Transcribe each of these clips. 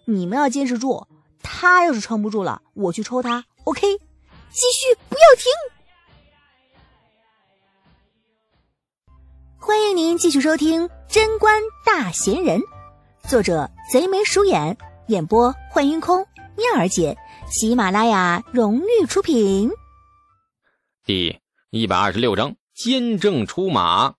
你们要坚持住，他要是撑不住了，我去抽他 OK， 继续不要停。欢迎您继续收听贞观大贤人，作者贼眉鼠眼，演播幻音空妙儿姐，喜马拉雅荣誉出品。 第126章监正出马。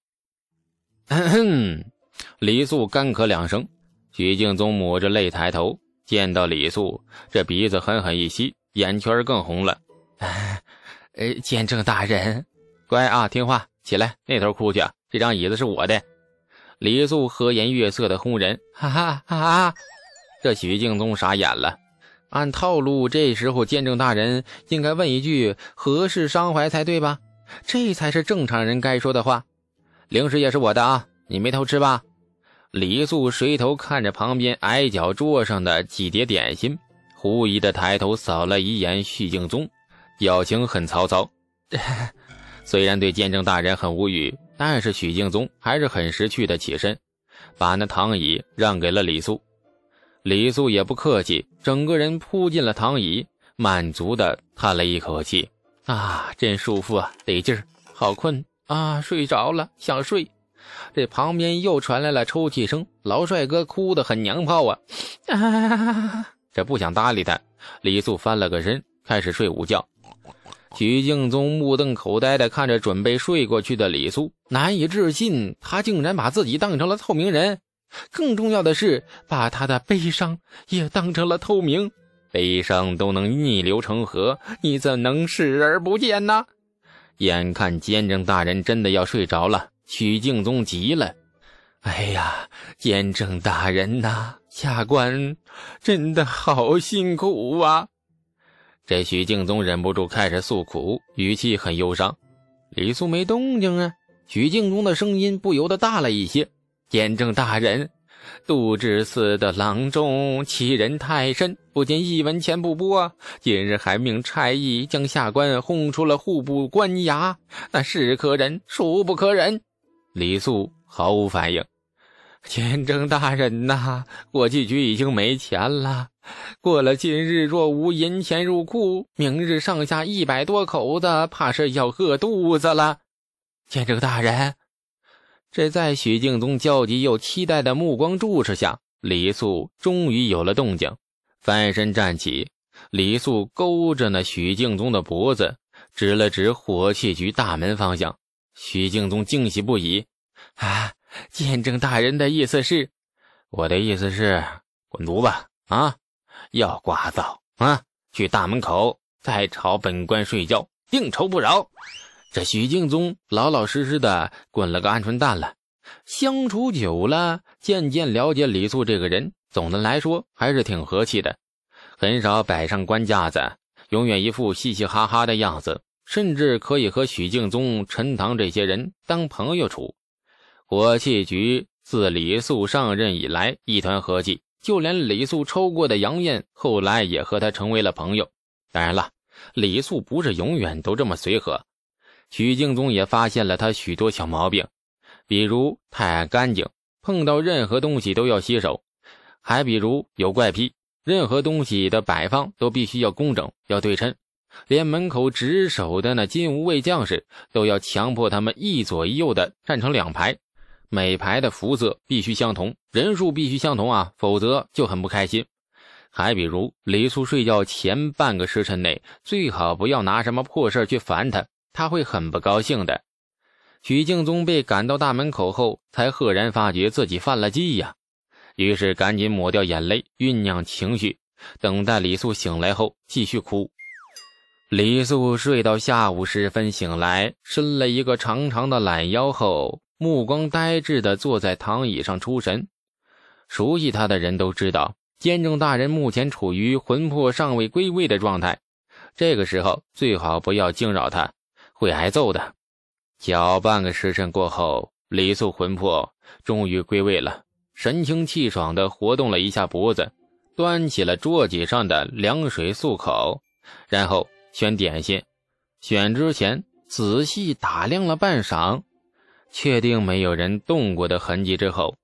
李素干咳2声，许敬宗抹着泪抬头，见到李素，这鼻子狠狠一吸，眼圈更红了。监正大人，乖啊，听话，起来，那头哭去啊，这张椅子是我的。李素和颜悦色的轰人，哈哈哈哈！这许敬宗傻眼了。按套路，这时候监正大人应该问一句何事伤怀才对吧？这才是正常人该说的话。零食也是我的啊，你没偷吃吧？李素垂头看着旁边矮脚桌上的几碟点心，狐疑的抬头扫了一眼许敬宗，表情很曹操。虽然对监正大人很无语，但是许敬宗还是很识趣的起身，把那躺椅让给了李素。李素也不客气，整个人扑进了躺椅，满足的叹了一口气。啊，真舒服啊，得劲儿，好困啊，睡着了，想睡。这旁边又传来了抽泣声，老帅哥哭得很娘炮啊！这不想搭理他，李素翻了个身，开始睡午觉。许敬宗目瞪口呆地看着准备睡过去的李素，难以置信，他竟然把自己当成了透明人。更重要的是，把他的悲伤也当成了透明。悲伤都能逆流成河，你怎能视而不见呢？眼看监正大人真的要睡着了，许敬宗急了。哎呀，监正大人呐，下官真的好辛苦啊！这许敬宗忍不住开始诉苦，语气很忧伤。李素没动静啊，许敬宗的声音不由得大了一些。监正大人，杜之寺的郎中欺人太甚，不仅一文钱不拨，今日还命差役将下官轰出了户部官衙，那是可忍，孰不可忍？李素毫无反应。监正大人呐，国际局已经没钱了，过了今日若无银钱入库，明日上下100多口子怕是要饿肚子了。监正大人，这在许敬宗焦急又期待的目光注视下，李素终于有了动静，翻身站起。李素勾着那许敬宗的脖子，指了指火器局大门方向。许敬宗惊喜不已。监正大人的意思是？我的意思是滚犊子啊！要刮噪啊！去大门口再吵本官睡觉，定仇不饶。这许敬宗老老实实的滚了个鹌鹑蛋了。相处久了，渐渐了解李素这个人，总的来说还是挺和气的，很少摆上官架子，永远一副嘻嘻哈哈的样子，甚至可以和许敬宗、陈塘这些人当朋友处。火器局自李素上任以来一团和气，就连李素抽过的杨艳后来也和他成为了朋友。当然了，李素不是永远都这么随和，许敬宗也发现了他许多小毛病，比如太爱干净，碰到任何东西都要洗手，还比如有怪癖，任何东西的摆放都必须要工整，要对称，连门口值守的那金无畏将士都要强迫他们一左一右的站成2排，每排的服色必须相同，人数必须相同啊，否则就很不开心。还比如李素睡觉前半个时辰内最好不要拿什么破事去烦他，他会很不高兴的。许敬宗被赶到大门口后，才赫然发觉自己犯了忌呀，于是赶紧抹掉眼泪，酝酿情绪，等待李素醒来后继续哭。李素睡到下午时分醒来，伸了一个长长的懒腰后，目光呆滞地坐在躺椅上出神。熟悉他的人都知道，监正大人目前处于魂魄尚未归位的状态，这个时候最好不要惊扰他，会挨揍的。小半个时辰过后，李素魂魄终于归位了，神清气爽地活动了一下脖子，端起了桌几上的凉水漱口，然后选点心。选之前仔细打量了半晌，确定没有人动过的痕迹之后，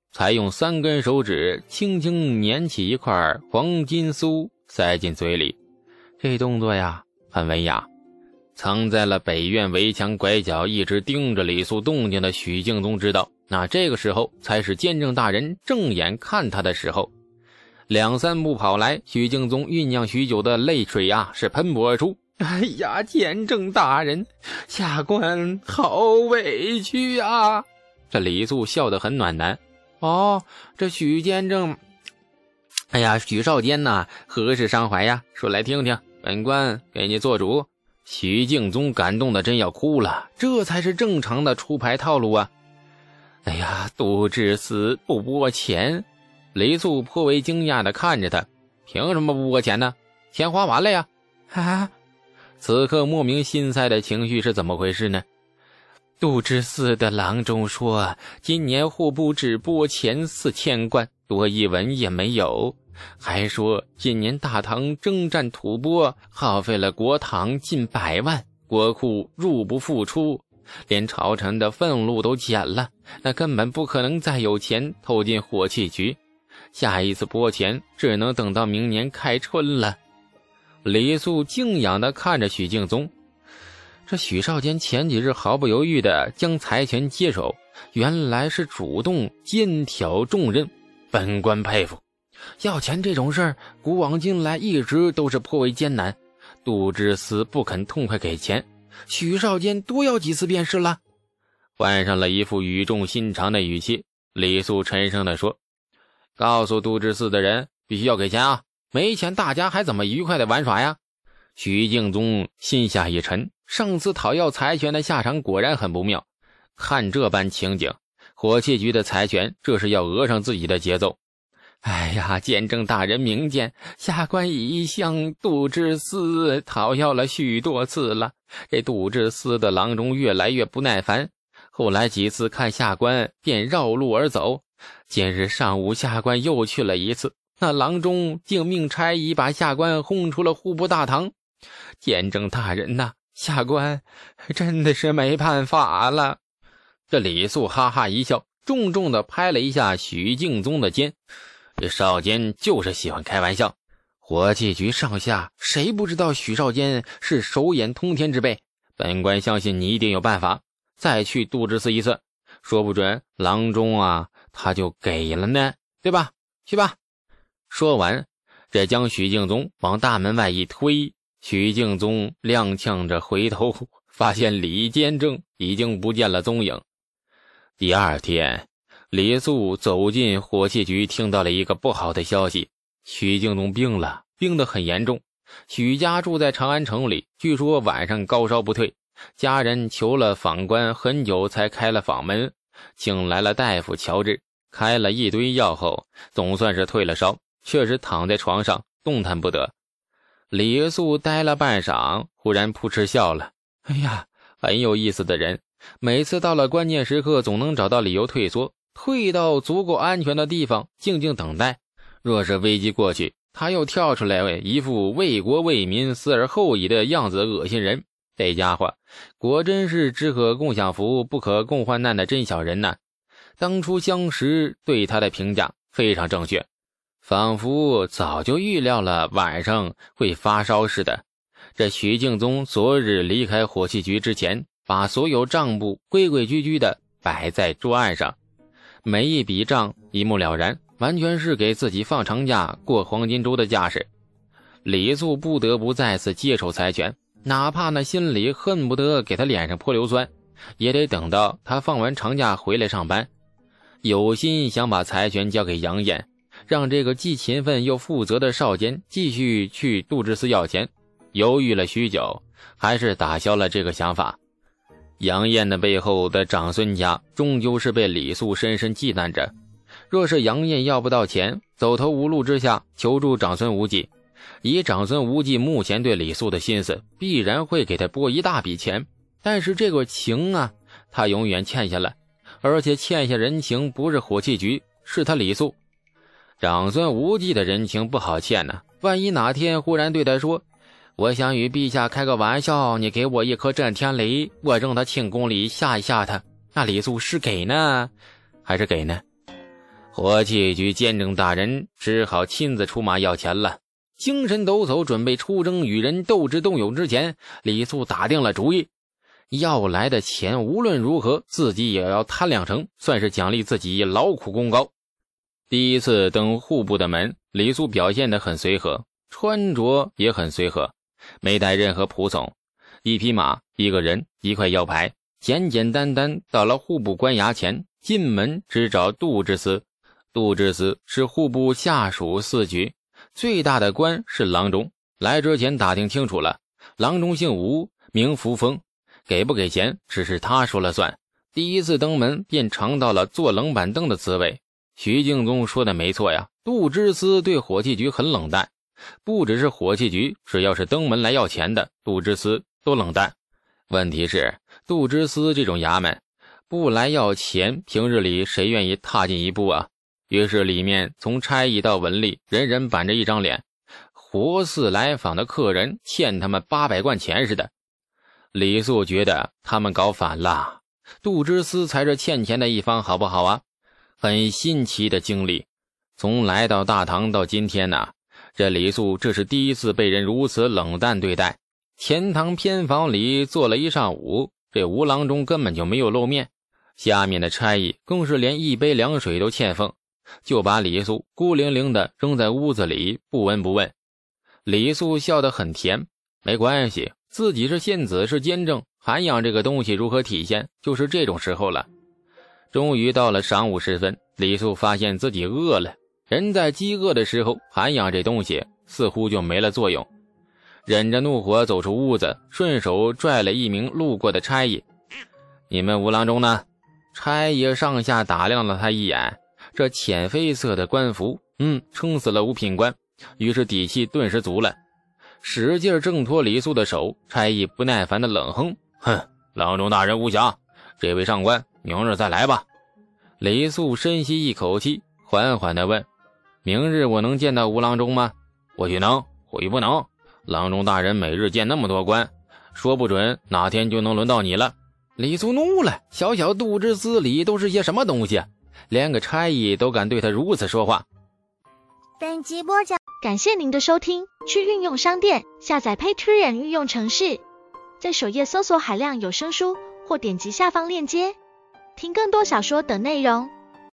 才用3根手指轻轻捻起一块黄金酥塞进嘴里。这动作呀很文雅。藏在了北院围墙拐角一直盯着李素动静的许敬宗知道，那这个时候才是监正大人正眼看他的时候。2、3步跑来，许敬宗酝酿许久的泪水啊是喷薄而出。哎呀，监正大人，下官好委屈啊！这李素笑得很暖男。哦，这许监正，哎呀，许少监呐，何事伤怀呀？说来听听，本官给你做主。许敬宗感动的真要哭了，这才是正常的出牌套路啊！哎呀，杜之思不拨钱。李素颇为惊讶地看着他，凭什么不拨钱呢？钱花完了呀！啊！此刻莫名心塞的情绪是怎么回事呢？杜之思的郎中说，今年户部只拨钱4000贯，多一文也没有。还说今年大唐征战吐蕃，耗费了国帑近100万，国库入不敷出，连朝臣的俸禄都减了，那根本不可能再有钱投进火器局。下一次拨钱只能等到明年开春了。李素敬仰地看着许敬宗，这许少监前几日毫不犹豫地将财权接手，原来是主动肩挑重任，本官佩服。要钱这种事儿，古往今来一直都是颇为艰难。杜之思不肯痛快给钱，许少监多要几次便是了。换上了一副语重心长的语气，李素沉声地说：告诉杜之思的人必须要给钱啊，没钱大家还怎么愉快的玩耍呀？许敬宗心下一沉，上次讨要财权的下场果然很不妙。看这般情景，火器局的财权这是要讹上自己的节奏。哎呀，监正大人明鉴，下官已向杜之思讨要了许多次了。这杜之思的郎中越来越不耐烦，后来几次看下官便绕路而走。今日上午下官又去了一次，那郎中竟命差役把下官轰出了户部大堂。监正大人呐，下官真的是没办法了。这李素哈哈一笑，重重地拍了一下许敬宗的肩。这少监就是喜欢开玩笑，火器局上下谁不知道许少监是手眼通天之辈，本官相信你一定有办法。再去杜之思一次，说不准郎中啊他就给了呢，对吧？去吧。说完，这将许敬宗往大门外一推，许敬宗踉跄着回头，发现李监正已经不见了踪影。第二天，李素走进火器局，听到了一个不好的消息，许敬宗病了，病得很严重。许家住在长安城里，据说晚上高烧不退，家人求了访官很久才开了坊门，请来了大夫乔治，开了一堆药后，总算是退了烧，确实躺在床上动弹不得。李素呆了半晌，忽然扑哧笑了。哎呀，很有意思的人，每次到了关键时刻总能找到理由退缩，退到足够安全的地方静静等待。若是危机过去，他又跳出来一副为国为民死而后已的样子，恶心人。这家伙果真是只可共享福不可共患难的真小人呐。当初相识对他的评价非常正确，仿佛早就预料了晚上会发烧似的。这许敬宗昨日离开火器局之前，把所有账簿规规矩矩地摆在桌案上，每一笔账一目了然，完全是给自己放长假过黄金周的架势。李素不得不再次接手财权，哪怕那心里恨不得给他脸上泼硫酸，也得等到他放完长假回来上班。有心想把财权交给杨艳，让这个既勤奋又负责的少监继续去杜之思要钱，犹豫了许久，还是打消了这个想法。杨艳的背后的长孙家终究是被李素深深忌惮着，若是杨艳要不到钱，走投无路之下求助长孙无忌，以长孙无忌目前对李素的心思，必然会给他拨一大笔钱。但是这个情啊，他永远欠下了，而且欠下人情不是火器局，是他李素。长孙无忌的人情不好欠呢，万一哪天忽然对他说，我想与陛下开个玩笑，你给我一颗震天雷，我扔他庆宫里吓一吓他，那李素是给呢还是给呢？ 火器局监正大人只好亲自出马要钱了。精神抖擞，准备出征与人斗智斗勇之前，李素打定了主意，要来的钱无论如何自己也要贪2成，算是奖励自己劳苦功高。第一次登户部的门，李素表现得很随和，穿着也很随和，没带任何仆从，一匹马，一个人，一块腰牌，简简单单到了户部官衙前，进门只找杜之司。杜之司是户部下属4局，最大的官是郎中。来之前打听清楚了，郎中姓吴，名扶风，给不给钱只是他说了算。第一次登门便尝到了坐冷板凳的滋味。徐敬宗说的没错呀，杜之司对火器局很冷淡，不只是火器局，只要是登门来要钱的，杜之司都冷淡。问题是杜之司这种衙门不来要钱，平日里谁愿意踏进一步啊？于是里面从差役到文吏，人人板着一张脸，活似来访的客人欠他们800贯钱似的。李素觉得他们搞反了，杜之司才是欠钱的一方，好不好啊？很新奇的经历，从来到大唐到今天呢，这李素这是第一次被人如此冷淡对待。钱塘偏房里坐了一上午，这吴郎中根本就没有露面，下面的差役更是连一杯凉水都欠奉，就把李素孤零零地扔在屋子里，不闻不问。李素笑得很甜，没关系，自己是县子，是监正，涵养这个东西如何体现，就是这种时候了。终于到了晌午时分，李素发现自己饿了。人在饥饿的时候，涵养这东西似乎就没了作用。忍着怒火走出屋子，顺手拽了一名路过的差役。你们吴郎中呢？差役上下打量了他一眼，这浅绯色的官服，撑死了5品官，于是底气顿时足了，使劲挣脱李素的手。差役不耐烦的冷哼：哼，郎中大人无暇，这位上官明日再来吧。李素深吸一口气，缓缓地问：明日我能见到吴郎中吗？或许能，或许不能。郎中大人每日见那么多官，说不准哪天就能轮到你了。李素怒了，小小杜之司里都是些什么东西，连个差役都敢对他如此说话。 本集播讲， 感谢您的收听，去运用商店下载 Patreon 运用程式，在首页搜索海量有声书，或点击下方链接听更多小说等内容。